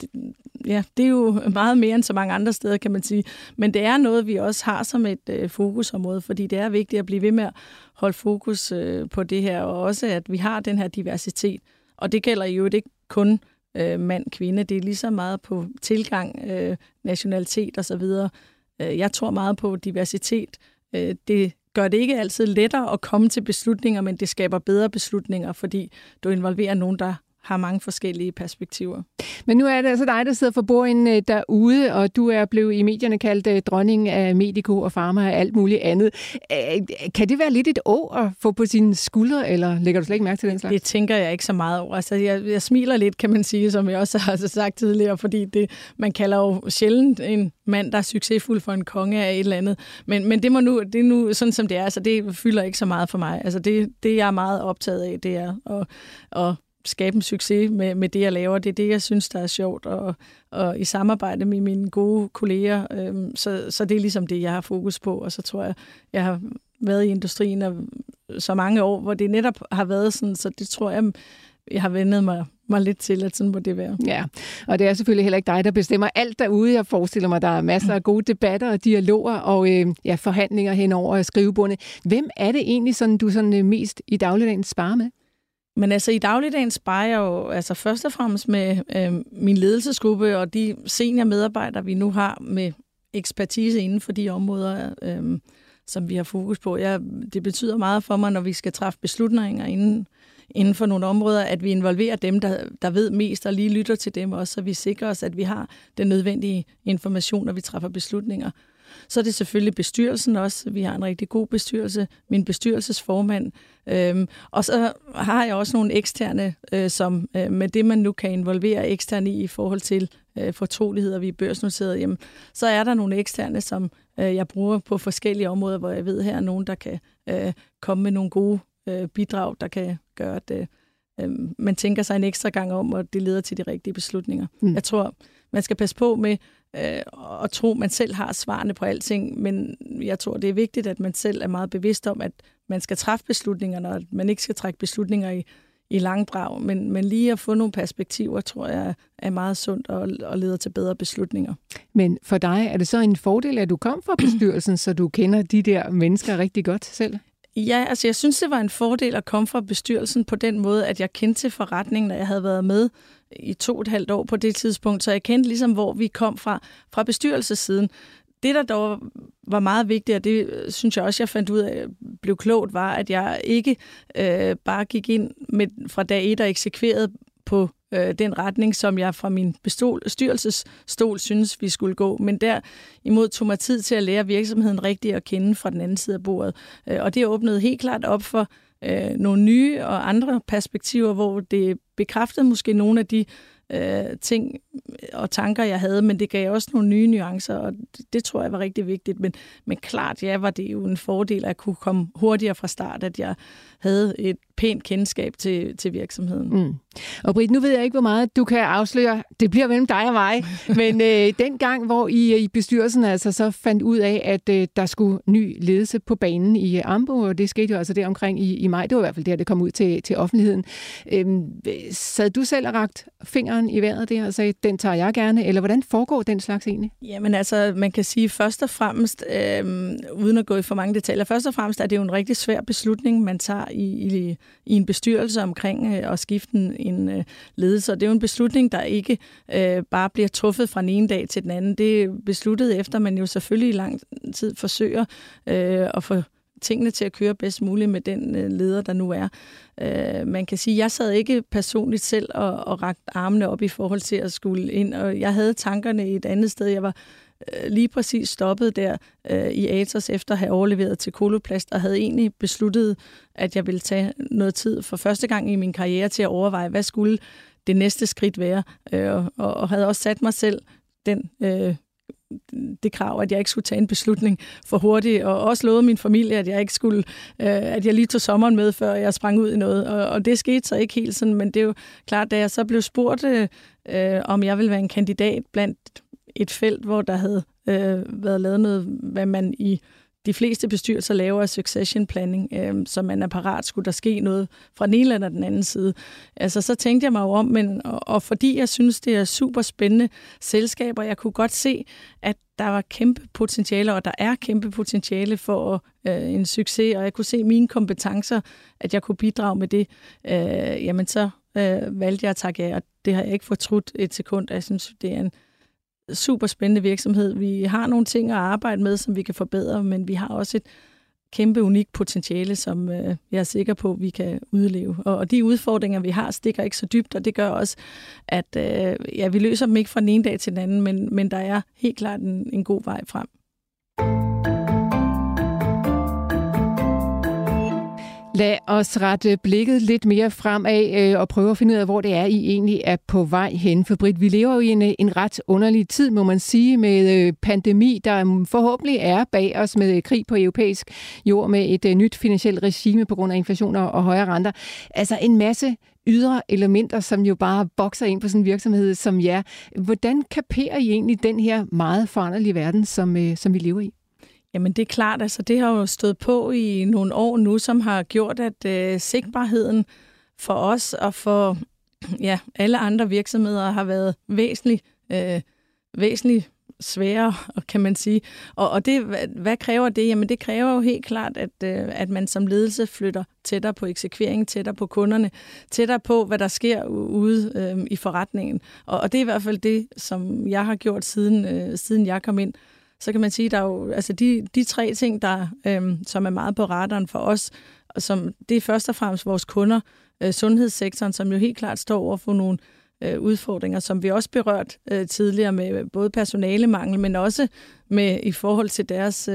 er jo meget mere end så mange andre steder, kan man sige. Men det er noget, vi også har som et fokusområde, fordi det er vigtigt at blive ved med at holde fokus på det her, og også at vi har den her diversitet. Og det gælder jo ikke kun mand-kvinde, det er lige så meget på tilgang, nationalitet osv. Jeg tror meget på diversitet. Det gør det ikke altid lettere at komme til beslutninger, men det skaber bedre beslutninger, fordi du involverer nogen, der har mange forskellige perspektiver. Men nu er det altså dig, der sidder for bordenden derude, og du er blevet i medierne kaldt dronning af Medico og Pharma og alt muligt andet. Kan det være lidt et at få på sine skuldre, eller lægger du slet ikke mærke til den slags? Det tænker jeg ikke så meget over. Altså, jeg smiler lidt, kan man sige, som jeg også har sagt tidligere, fordi man kalder jo sjældent en mand, der er succesfuld for en konge af et eller andet. Men det er nu sådan, som det er. Altså, det fylder ikke så meget for mig. Altså, det jeg er meget optaget af, det er at skabe en succes med det, jeg laver. Det er det, jeg synes, der er sjovt, og i samarbejde med mine gode kolleger. Så det er ligesom det, jeg har fokus på, og så tror jeg har været i industrien og så mange år, hvor det netop har været sådan, så det tror jeg har vendet mig lidt til, at sådan må det være. Ja, og det er selvfølgelig heller ikke dig, der bestemmer alt derude. Jeg forestiller mig, der er masser af gode debatter og dialoger og forhandlinger hen over skrivebordet. Hvem er det egentlig, du mest i dagligdagen sparer med? Men altså i dagligdagen sparer jeg jo altså først og fremmest med min ledelsesgruppe og de senior medarbejdere, vi nu har med ekspertise inden for de områder, som vi har fokus på. Det betyder meget for mig, når vi skal træffe beslutninger inden for nogle områder, at vi involverer dem, der ved mest, og lige lytter til dem også, så vi sikrer os, at vi har den nødvendige information, når vi træffer beslutninger. Så er det selvfølgelig bestyrelsen også. Vi har en rigtig god bestyrelse. Min bestyrelsesformand. Og så har jeg også nogle eksterne, som med det, man nu kan involvere eksterne i forhold til fortroligheder, vi er børsnoteret, jamen, så er der nogle eksterne, som jeg bruger på forskellige områder, hvor jeg ved, her er nogen, der kan komme med nogle gode bidrag, der kan gøre, at man tænker sig en ekstra gang om, og det leder til de rigtige beslutninger. Jeg tror, man skal passe på med at tro, at man selv har svarene på alting, men jeg tror, det er vigtigt, at man selv er meget bevidst om, at man skal træffe beslutningerne, og at man ikke skal trække beslutninger i langdrag, men lige at få nogle perspektiver, tror jeg, er meget sundt og leder til bedre beslutninger. Men for dig, er det så en fordel, at du kom fra bestyrelsen, så du kender de der mennesker rigtig godt selv? Ja, altså jeg synes, det var en fordel at komme fra bestyrelsen på den måde, at jeg kendte til forretningen, og jeg havde været med i 2,5 år på det tidspunkt, så jeg kendte ligesom, hvor vi kom fra bestyrelsessiden. Det, der dog var meget vigtigt, og det synes jeg også, jeg fandt ud af, blev klogt, var, at jeg ikke bare gik ind fra dag 1 og eksekverede på den retning, som jeg fra min bestyrelsesstol synes, vi skulle gå. Men derimod tog mig tid til at lære virksomheden rigtigt at kende fra den anden side af bordet. Og det åbnede helt klart op for nogle nye og andre perspektiver, hvor det bekræftede måske nogle af de ting og tanker, jeg havde, men det gav også nogle nye nuancer, og det tror jeg var rigtig vigtigt. Men klart, ja, var det jo en fordel at kunne komme hurtigere fra start, at jeg havde et pænt kendskab til virksomheden. Og Britt, nu ved jeg ikke, hvor meget du kan afsløre. Det bliver mellem dig og mig. Men den gang, hvor I bestyrelsen altså så fandt ud af, at der skulle ny ledelse på banen i Ambo, og det skete jo altså der omkring i maj, det var i hvert fald der, det kom ud til offentligheden. Sad du selv og rakt fingeren i vejret der og sagde, den tager jeg gerne, eller hvordan foregår den slags egentlig? Jamen altså, man kan sige først og fremmest, uden at gå i for mange detaljer, først og fremmest er det jo en rigtig svær beslutning, man tager i en bestyrelse omkring at skifte en ledelse. Og det er jo en beslutning, der ikke bare bliver truffet fra den ene dag til den anden. Det er besluttet efter, man jo selvfølgelig i lang tid forsøger at få tingene til at køre bedst muligt med den leder, der nu er. Man kan sige, at jeg sad ikke personligt selv og rakte armene op i forhold til at skulle ind, og jeg havde tankerne i et andet sted. Jeg var lige præcis stoppet der i Atos efter at have overleveret til Coloplast, og havde egentlig besluttet, at jeg ville tage noget tid for første gang i min karriere til at overveje, hvad skulle det næste skridt være, og havde også sat mig selv det krav, at jeg ikke skulle tage en beslutning for hurtigt, og også lovede min familie, at jeg ikke skulle, at jeg lige tog sommeren med, før jeg sprang ud i noget, og det skete så ikke helt sådan, men det er jo klart, da jeg så blev spurgt, om jeg ville være en kandidat blandt et felt, hvor der havde været lavet noget, hvad man i de fleste bestyrelser laver af succession planning, så man er parat, skulle der ske noget fra den ene eller den anden side. Altså, så tænkte jeg mig jo om, og fordi jeg synes, det er super spændende selskaber, jeg kunne godt se, at der var kæmpe potentiale, og der er kæmpe potentiale for en succes, og jeg kunne se mine kompetencer, at jeg kunne bidrage med det, jamen så valgte jeg at takke af, og det har jeg ikke fortrudt et sekund, og jeg synes, det er en super spændende virksomhed. Vi har nogle ting at arbejde med, som vi kan forbedre, men vi har også et kæmpe unikt potentiale, som jeg er sikker på, vi kan udleve. Og de udfordringer, vi har, stikker ikke så dybt, og det gør også, at vi løser dem ikke fra den ene dag til den anden, men der er helt klart en god vej frem. Lad os rette blikket lidt mere fremad og prøve at finde ud af, hvor det er, I egentlig er på vej hen. For Britt, vi lever jo i en ret underlig tid, må man sige, med pandemi, der forhåbentlig er bag os, med krig på europæisk jord, med et nyt finansielt regime på grund af inflation og højere renter. Altså en masse ydre elementer, som jo bare bokser ind på sådan en virksomhed som jer. Hvordan kaperer I egentlig den her meget foranderlige verden, som vi lever i? Jamen det er klart, altså det har jo stået på i nogle år nu, som har gjort, at sigtbarheden for os og for alle andre virksomheder har været væsentligt sværere, kan man sige. Og det, hvad kræver det? Jamen det kræver jo helt klart, at man som ledelse flytter tættere på eksekvering, tættere på kunderne, tættere på, hvad der sker ude i forretningen. Og det er i hvert fald det, som jeg har gjort siden jeg kom ind. Så kan man sige, der er jo altså de tre ting, der som er meget på radaren for os, som det er først og fremmest vores kunder, sundhedssektoren, som jo helt klart står over for nogle udfordringer, som vi også berørt tidligere med både personalemangel, men også med i forhold til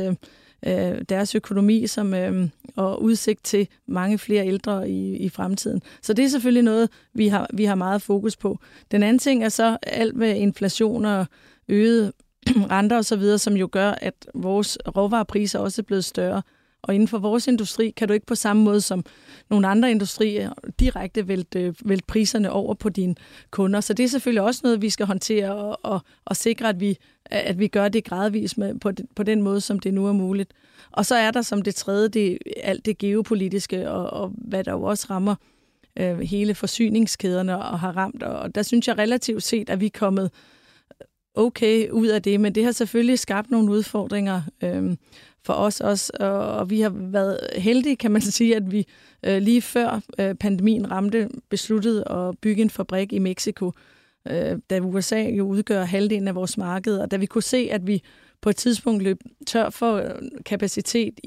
deres økonomi og udsigt til mange flere ældre i fremtiden. Så det er selvfølgelig noget, vi har meget fokus på. Den anden ting er så alt med inflation og øget renter og så videre, som jo gør, at vores råvarepriser også er blevet større. Og inden for vores industri kan du ikke på samme måde som nogle andre industrier direkte vælte priserne over på dine kunder. Så det er selvfølgelig også noget, vi skal håndtere og sikre, at vi gør det gradvist på den måde, som det nu er muligt. Og så er der som det tredje, alt det geopolitiske, og hvad der jo også rammer hele forsyningskæderne og har ramt. Og der synes jeg relativt set, at vi er kommet okay ud af det, men det har selvfølgelig skabt nogle udfordringer for os også, og vi har været heldige, kan man sige, at vi lige før pandemien ramte, besluttede at bygge en fabrik i Mexico, da USA jo udgør halvdelen af vores marked, og da vi kunne se, at vi på et tidspunkt løb tør for kapacitet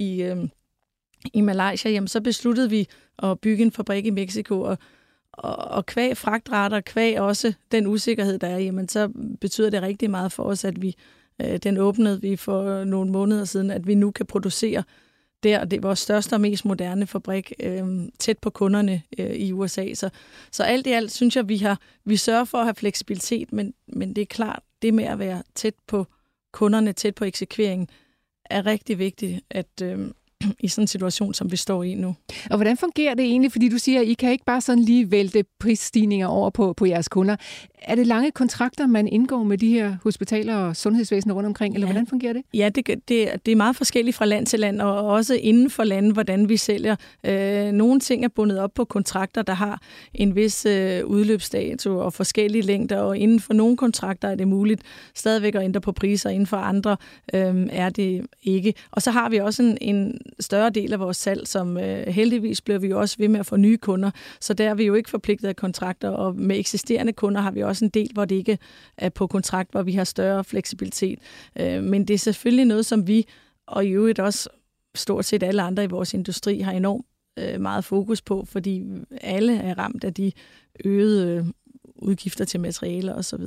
i Malaysia, jamen, så besluttede vi at bygge en fabrik i Mexico, og kvæg fragtrater, kvæg også den usikkerhed, der er, jamen så betyder det rigtig meget for os, at den åbnede vi for nogle måneder siden, at vi nu kan producere der. Det er vores største og mest moderne fabrik tæt på kunderne i USA. Så alt i alt synes jeg, vi sørger for at have fleksibilitet, men det er klart, det med at være tæt på kunderne, tæt på eksekveringen, er rigtig vigtigt, at i sådan en situation, som vi står i nu. Og hvordan fungerer det egentlig? Fordi du siger, at I kan ikke bare sådan lige vælte prisstigninger over på jeres kunder. Er det lange kontrakter, man indgår med de her hospitaler og sundhedsvæsener rundt omkring, eller hvordan fungerer det? Ja, det er meget forskelligt fra land til land, og også inden for landet, hvordan vi sælger. Nogle ting er bundet op på kontrakter, der har en vis udløbsdato og forskellige længder, og inden for nogle kontrakter er det muligt stadigvæk at ændre på priser, inden for andre er det ikke. Og så har vi også en større del af vores salg, som heldigvis bliver vi jo også ved med at få nye kunder, så der er vi jo ikke forpligtet af kontrakter, og med eksisterende kunder har vi også en del, hvor det ikke er på kontrakt, hvor vi har større fleksibilitet. Men det er selvfølgelig noget, som vi, og i øvrigt også stort set alle andre i vores industri, har enormt meget fokus på, fordi alle er ramt af de øgede udgifter til materialer osv.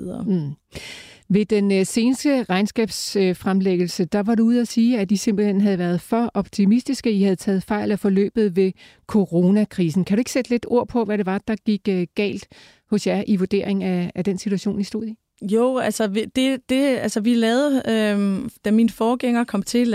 Ved den seneste regnskabsfremlæggelse, der var du ude at sige, at I simpelthen havde været for optimistiske. I havde taget fejl af forløbet ved coronakrisen. Kan du ikke sætte lidt ord på, hvad det var, der gik galt hos jer i vurdering af den situation, I stod i? Jo, altså vi lavede, da min forgænger kom til,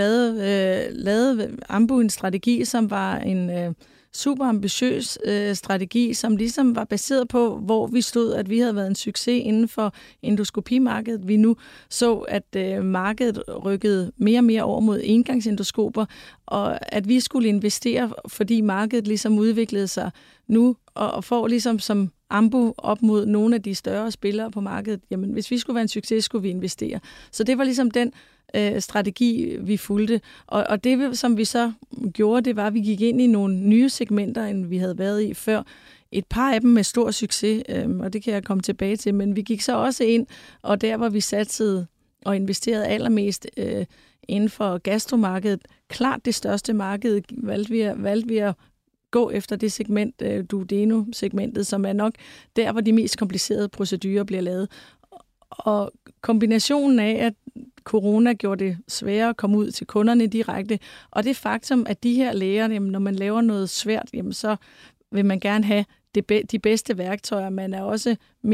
lavede Ambu en strategi, som var en super ambitiøs strategi, som ligesom var baseret på, hvor vi stod, at vi havde været en succes inden for endoskopimarkedet. Vi nu så, at markedet rykkede mere og mere over mod engangsendoskoper, og at vi skulle investere, fordi markedet ligesom udviklede sig nu, og får ligesom som Ambu op mod nogle af de større spillere på markedet. Jamen, hvis vi skulle være en succes, skulle vi investere. Så det var ligesom den strategi, vi fulgte. Og det, som vi så gjorde, det var, at vi gik ind i nogle nye segmenter, end vi havde været i før. Et par af dem med stor succes, og det kan jeg komme tilbage til, men vi gik så også ind, og der, hvor vi satsede og investerede allermest inden for gastromarkedet. Klart det største marked valgte vi at gå efter det segment, duodeno-segmentet, som er nok der, hvor de mest komplicerede procedurer bliver lavet. Og kombinationen af, at corona gjorde det sværere at komme ud til kunderne direkte, og det faktum, at de her læger, jamen, når man laver noget svært, jamen, så vil man gerne have de bedste værktøjer. Man er også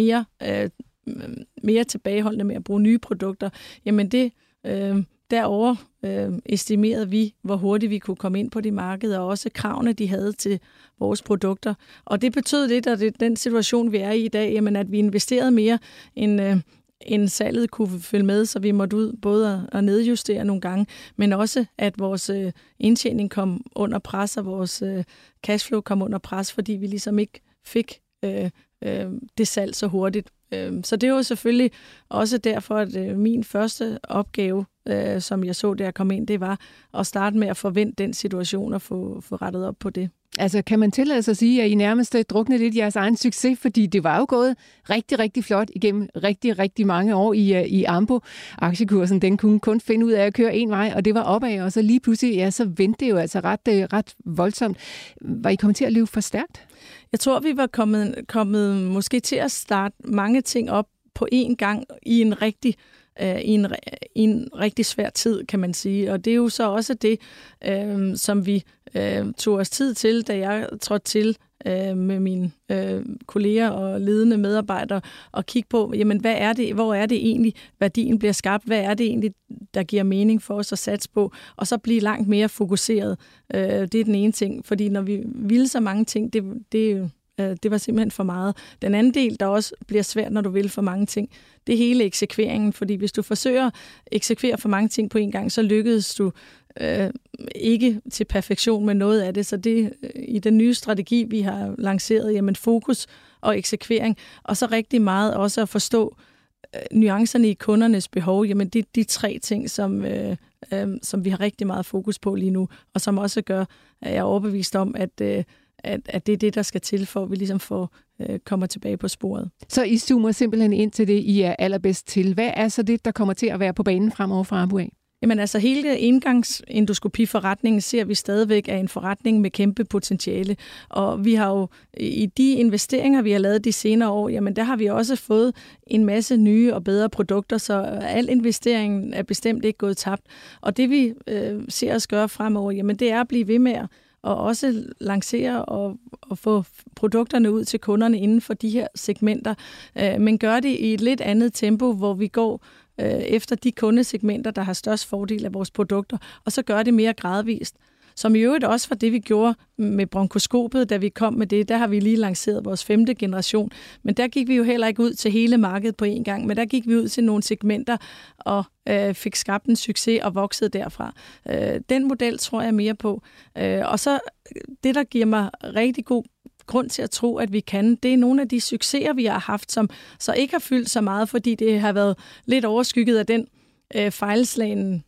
mere tilbageholdende med at bruge nye produkter. Jamen det derover estimerede vi, hvor hurtigt vi kunne komme ind på de markeder, og også kravene, de havde til vores produkter. Og det betød lidt, at den situation, vi er i dag, jamen, at vi investerede mere end salget kunne følge med, så vi måtte ud både at nedjustere nogle gange, men også, at vores indtjening kom under pres, og vores cashflow kom under pres, fordi vi ligesom ikke fik det salg så hurtigt. Så det var selvfølgelig også derfor, at min første opgave, som jeg så, da jeg kom ind, det var at starte med at forvente den situation og få rettet op på det. Altså, kan man tillade sig at sige, at I nærmest druknede lidt jeres egen succes, fordi det var jo gået rigtig, rigtig flot igennem rigtig, rigtig mange år i Ambu. Aktiekursen, den kunne kun finde ud af at køre en vej, og det var opad, og så lige pludselig, ja, så vendte det jo altså ret voldsomt. Var I kommet til at løbe for stærkt? Jeg tror, vi var kommet måske til at starte mange ting op på én gang i en rigtig svær tid, kan man sige. Og det er jo så også det, som vi tog os tid til, da jeg trådte til med mine kolleger og ledende medarbejdere, og kigge på, jamen, hvor er det egentlig, værdien bliver skabt? Hvad er det egentlig, der giver mening for os at satse på? Og så blive langt mere fokuseret. Det er den ene ting, fordi når vi ville så mange ting, det var simpelthen for meget. Den anden del, der også bliver svært, når du vil for mange ting, det er hele eksekveringen, fordi hvis du forsøger at eksekvere for mange ting på en gang, så lykkedes du ikke til perfektion med noget af det. Så det i den nye strategi, vi har lanceret, jamen fokus og eksekvering, og så rigtig meget også at forstå nuancerne i kundernes behov, jamen det er de tre ting, som vi har rigtig meget fokus på lige nu, og som også gør, at jeg er overbevist om, at det er det, der skal til, for at vi ligesom kommer tilbage på sporet. Så I zoomer simpelthen ind til det, I er allerbedst til. Hvad er så det, der kommer til at være på banen fremover fra Ambu af? Jamen altså, hele engangsendoskopiforretningen ser vi stadigvæk af en forretning med kæmpe potentiale. Og vi har jo i de investeringer, vi har lavet de senere år, jamen der har vi også fået en masse nye og bedre produkter, så al investeringen er bestemt ikke gået tabt. Og det vi ser os gøre fremover, jamen det er at blive ved med og også lancere og få produkterne ud til kunderne inden for de her segmenter, men gør det i et lidt andet tempo, hvor vi går efter de kundesegmenter, der har størst fordel af vores produkter, og så gør det mere gradvist. Som i øvrigt også var det, vi gjorde med bronkoskopet, da vi kom med det. Der har vi lige lanceret vores 5. generation, men der gik vi jo heller ikke ud til hele markedet på én gang, men der gik vi ud til nogle segmenter og fik skabt en succes og voksede derfra. Den model tror jeg mere på. Og så det, der giver mig rigtig god grund til at tro, at vi kan, det er nogle af de succeser, vi har haft, som så ikke har fyldt så meget, fordi det har været lidt overskygget af den fejlslagne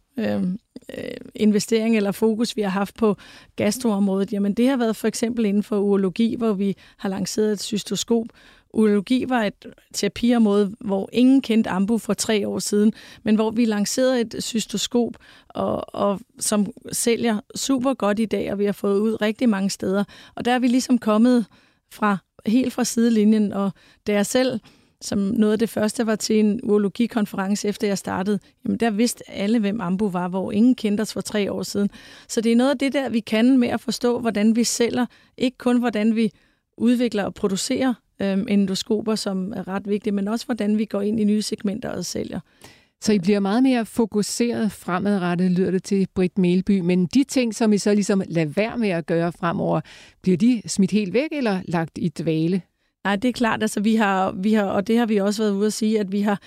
investering eller fokus, vi har haft på gastroområdet. Jamen det har været for eksempel inden for urologi, hvor vi har lanceret et cystoskop. Urologi var et terapiområde, hvor ingen kendte Ambu for 3 år siden, men hvor vi lancerede et cystoskop, og som sælger super godt i dag, og vi har fået ud rigtig mange steder. Og der er vi ligesom kommet helt fra sidelinjen, og da jeg selv som noget af det første var til en urologikonference, efter jeg startede, jamen der vidste alle, hvem Ambu var, hvor ingen kendte os for 3 år siden. Så det er noget af det der, vi kan med at forstå, hvordan vi sælger, ikke kun hvordan vi udvikler og producerer endoskoper, som er ret vigtigt, men også hvordan vi går ind i nye segmenter og sælger. Så I bliver meget mere fokuseret fremadrettet, lyder det til Britt Melby, men de ting, som I så ligesom lader være med at gøre fremover, bliver de smidt helt væk eller lagt i dvale? Nej, det er klart. Altså, vi har, og det har vi også været ude at sige, at vi har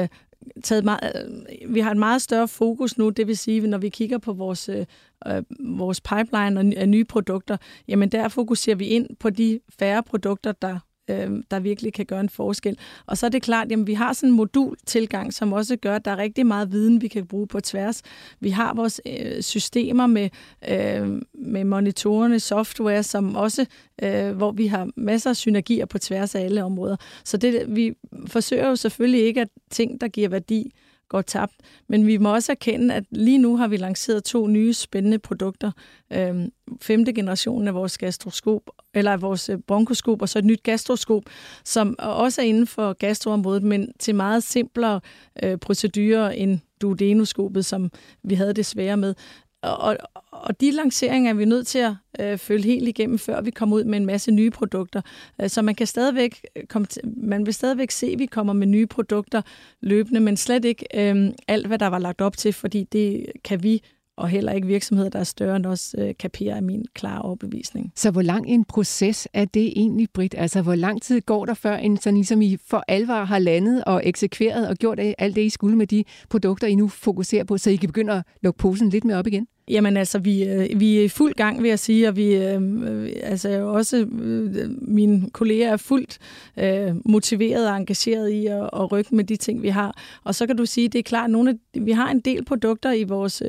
vi har et meget større fokus nu. Det vil sige, når vi kigger på vores pipeline af nye produkter, jamen der fokuserer vi ind på de færre produkter, der virkelig kan gøre en forskel. Og så er det klart, at vi har sådan en modultilgang, som også gør, at der er rigtig meget viden, vi kan bruge på tværs. Vi har vores systemer med monitorerne, software, som også, hvor vi har masser af synergier på tværs af alle områder. Så vi forsøger jo selvfølgelig ikke, at ting, der giver værdi, går tabt. Men vi må også erkende, at lige nu har vi lanceret 2 nye spændende produkter. 5. generation af vores gastroskop, eller vores bronkoskop, og så et nyt gastroskop, som også er inden for gastroområdet, men til meget simplere procedurer end duodenoskopet, som vi havde det svære med. Og de lanceringer er vi nødt til at følge helt igennem, før vi kommer ud med en masse nye produkter. Så man vil stadigvæk se, at vi kommer med nye produkter løbende, men slet ikke alt, hvad der var lagt op til, fordi det kan vi og heller ikke virksomheder, der er større end os, kapere af min klare overbevisning. Så hvor lang en proces er det egentlig, Britt? Altså, hvor lang tid går der før, en sådan ligesom I for alvor har landet og eksekveret og gjort alt det, I skulle med de produkter, I nu fokuserer på, så I kan begynde at lukke posen lidt mere op igen? Jamen altså, vi er i fuld gang, vil jeg sige, og vi også mine kolleger er fuldt motiveret og engageret i at rykke med de ting, vi har. Og så kan du sige, det er klart, vi har en del produkter i vores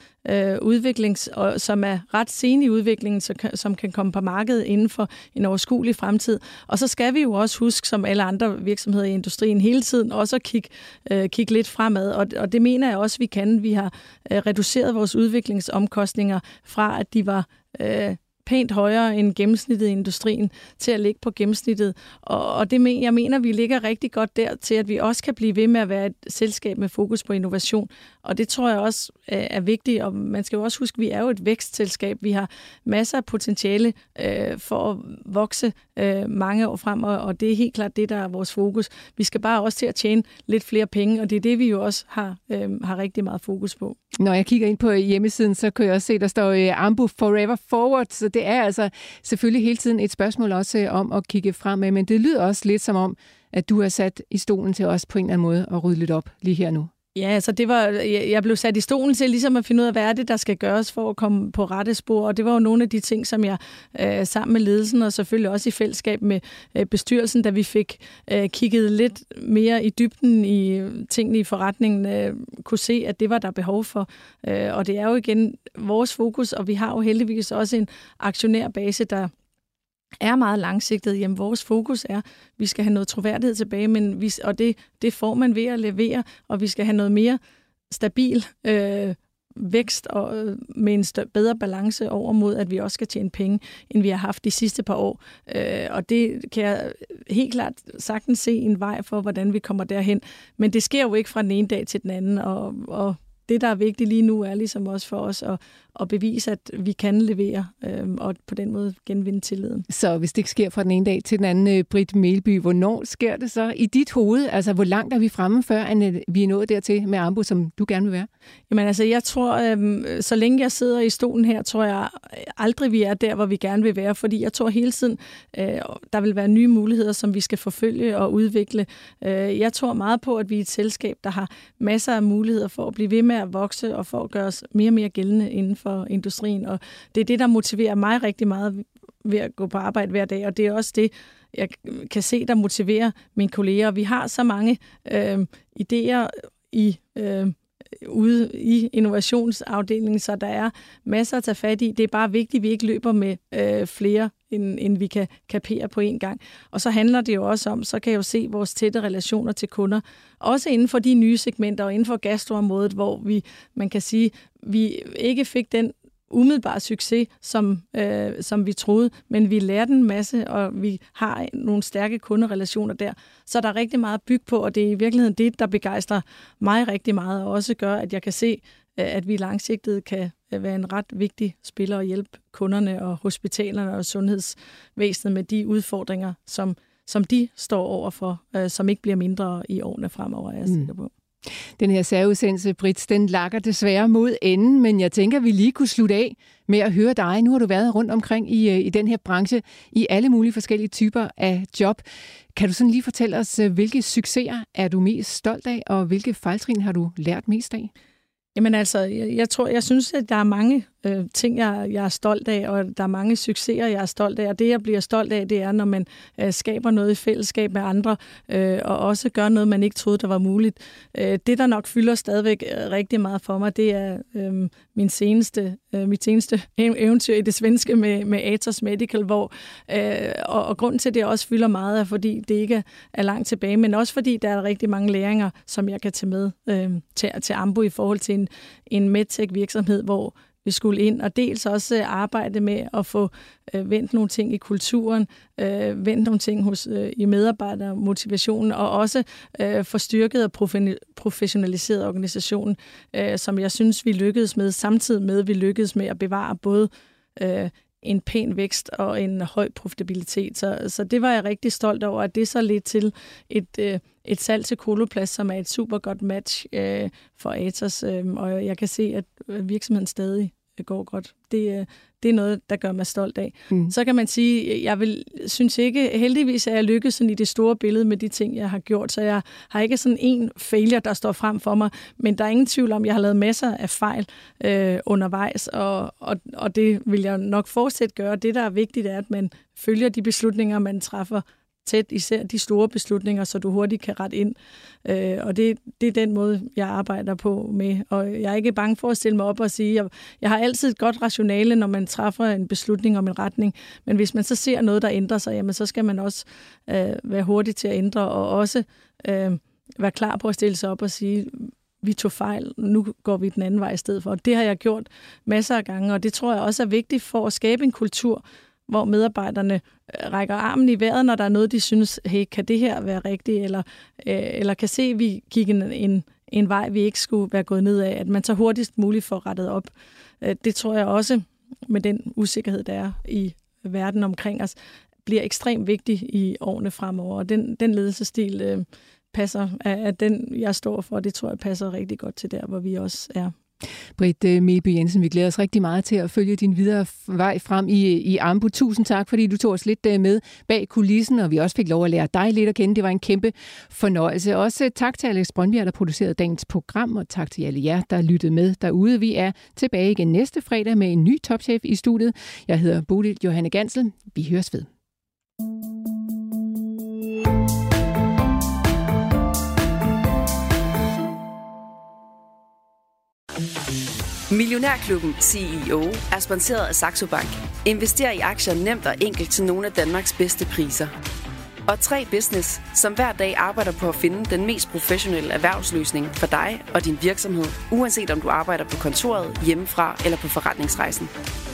som er ret sene i udviklingen, som kan komme på markedet inden for en overskuelig fremtid. Og så skal vi jo også huske, som alle andre virksomheder i industrien, hele tiden også at kigge lidt fremad. Og det mener jeg også, vi kan. Vi har reduceret vores udviklingsomkostninger fra, at de var pænt højere end gennemsnittet i industrien, til at ligge på gennemsnittet. Og jeg mener, vi ligger rigtig godt der til, at vi også kan blive ved med at være et selskab med fokus på innovation. Og det tror jeg også er vigtigt, og man skal jo også huske, at vi er jo et vækstselskab. Vi har masser af potentiale for at vokse mange år frem, og det er helt klart det, der er vores fokus. Vi skal bare også til at tjene lidt flere penge, og det er det, vi jo også har rigtig meget fokus på. Når jeg kigger ind på hjemmesiden, så kan jeg også se, der står Ambu Forever Forward, så det er altså selvfølgelig hele tiden et spørgsmål også om at kigge fremad, men det lyder også lidt som om, at du er sat i stolen til os på en eller anden måde at rydde lidt op lige her nu. Ja, altså jeg blev sat i stolen til ligesom at finde ud af, hvad er det, der skal gøres for at komme på rette spor, og det var jo nogle af de ting, som jeg sammen med ledelsen og selvfølgelig også i fællesskab med bestyrelsen, da vi fik kigget lidt mere i dybden i tingene i forretningen, kunne se, at det var der behov for. Og det er jo igen vores fokus, og vi har jo heldigvis også en aktionærbase, der er meget langsigtet. Jamen, vores fokus er, at vi skal have noget troværdighed tilbage, og det får man ved at levere, og vi skal have noget mere stabil vækst og med en bedre balance over mod, at vi også skal tjene penge, end vi har haft de sidste par år. Og det kan jeg helt klart sagtens se en vej for, hvordan vi kommer derhen. Men det sker jo ikke fra den ene dag til den anden, og det, der er vigtigt lige nu, er ligesom også for os at bevise, at vi kan levere, og på den måde genvinde tilliden. Så hvis det ikke sker fra den ene dag til den anden, Britt Meelby, hvornår sker det så i dit hoved? Altså, hvor langt er vi fremme, før vi er nået dertil med Ambu, som du gerne vil være? Jamen altså, jeg tror, så længe jeg sidder i stolen her, tror jeg aldrig, vi er der, hvor vi gerne vil være, fordi jeg tror hele tiden, der vil være nye muligheder, som vi skal forfølge og udvikle. Jeg tror meget på, at vi er et selskab, der har masser af muligheder for at blive ved med at vokse og for at gøre os mere og mere gældende inden for industrien, og det er det, der motiverer mig rigtig meget ved at gå på arbejde hver dag, og det er også det, jeg kan se, der motiverer mine kolleger. Vi har så mange idéer ude i innovationsafdelingen, så der er masser at tage fat i. Det er bare vigtigt, at vi ikke løber med flere, end vi kan kapere på en gang. Og så handler det jo også om, så kan jeg jo se vores tætte relationer til kunder, også inden for de nye segmenter og inden for gastroområdet, hvor man kan sige, vi ikke fik den umiddelbare succes, som vi troede, men vi lærte en masse, og vi har nogle stærke kunderelationer der. Så der er rigtig meget at bygge på, og det er i virkeligheden det, der begejstrer mig rigtig meget, og også gør, at jeg kan se, at vi langsigtet kan være en ret vigtig spiller og hjælpe kunderne og hospitalerne og sundhedsvæsenet med de udfordringer, som de står overfor, som ikke bliver mindre i årene fremover, er jeg sikker på. Den her særudsendelse, Britt, den lakker desværre mod enden, men jeg tænker, at vi lige kunne slutte af med at høre dig. Nu har du været rundt omkring i den her branche i alle mulige forskellige typer af job. Kan du sådan lige fortælle os, hvilke succeser er du mest stolt af, og hvilke fejltrin har du lært mest af? Jamen altså, jeg synes, at der er mange ting, jeg er stolt af, og der er mange succeser, jeg er stolt af. Og det, jeg bliver stolt af, det er, når man skaber noget i fællesskab med andre, og også gør noget, man ikke troede, der var muligt. Det, der nok fylder stadigvæk rigtig meget for mig, det er mit seneste eventyr i det svenske med Atos Medical, og grunden til, at det også fylder meget, er, fordi det ikke er langt tilbage, men også fordi der er rigtig mange læringer, som jeg kan tage med til Ambu i forhold til en medtech-virksomhed, hvor vi skulle ind, og dels også arbejde med at få vendt nogle ting i kulturen, vendt nogle ting i medarbejdermotivationen, og også få styrket og professionaliseret organisationen, som jeg synes, vi lykkedes med, samtidig med, at vi lykkedes med at bevare både en pæn vækst og en høj profitabilitet. Så det var jeg rigtig stolt over, at det så ledte til et salg til Coloplast, som er et super godt match for Atos, og jeg kan se, at virksomheden stadig går godt. Det er noget, der gør mig stolt af. Så kan man sige, jeg synes ikke, heldigvis er jeg lykkedes sådan i det store billede med de ting, jeg har gjort, så jeg har ikke sådan en failure, der står frem for mig, men der er ingen tvivl om, jeg har lavet masser af fejl undervejs, og det vil jeg nok fortsat gøre. Det, der er vigtigt, er, at man følger de beslutninger, man træffer tæt, især de store beslutninger, så du hurtigt kan rette ind. Og det er den måde, jeg arbejder på med. Og jeg er ikke bange for at stille mig op og sige, jeg har altid et godt rationale, når man træffer en beslutning om en retning. Men hvis man så ser noget, der ændrer sig, jamen, så skal man også være hurtig til at ændre, og også være klar på at stille sig op og sige, vi tog fejl, nu går vi den anden vej i stedet for. Det har jeg gjort masser af gange, og det tror jeg også er vigtigt for at skabe en kultur, hvor medarbejderne rækker armen i vejret, når der er noget, de synes, hey, kan det her være rigtigt, eller kan se, at vi gik en vej, vi ikke skulle være gået ned af, at man så hurtigst muligt får rettet op. Det tror jeg også, med den usikkerhed, der er i verden omkring os, bliver ekstremt vigtig i årene fremover. Og den ledelsesstil passer, at den, jeg står for, det tror jeg passer rigtig godt til der, hvor vi også er. Britt Meelby Jensen, vi glæder os rigtig meget til at følge din videre vej frem i Ambu. Tusind tak, fordi du tog os lidt med bag kulissen, og vi også fik lov at lære dig lidt at kende. Det var en kæmpe fornøjelse. Også tak til Alex Brøndbjerg, der producerede dagens program, og tak til alle jer, der lyttede med derude. Vi er tilbage igen næste fredag med en ny topchef i studiet. Jeg hedder Bodil Johanne Gansel. Vi høres ved. Millionærklubben CEO er sponsoreret af Saxo Bank. Invester i aktier nemt og enkelt til nogle af Danmarks bedste priser. Og 3 Business, som hver dag arbejder på at finde den mest professionelle erhvervsløsning for dig og din virksomhed, uanset om du arbejder på kontoret, hjemmefra eller på forretningsrejsen.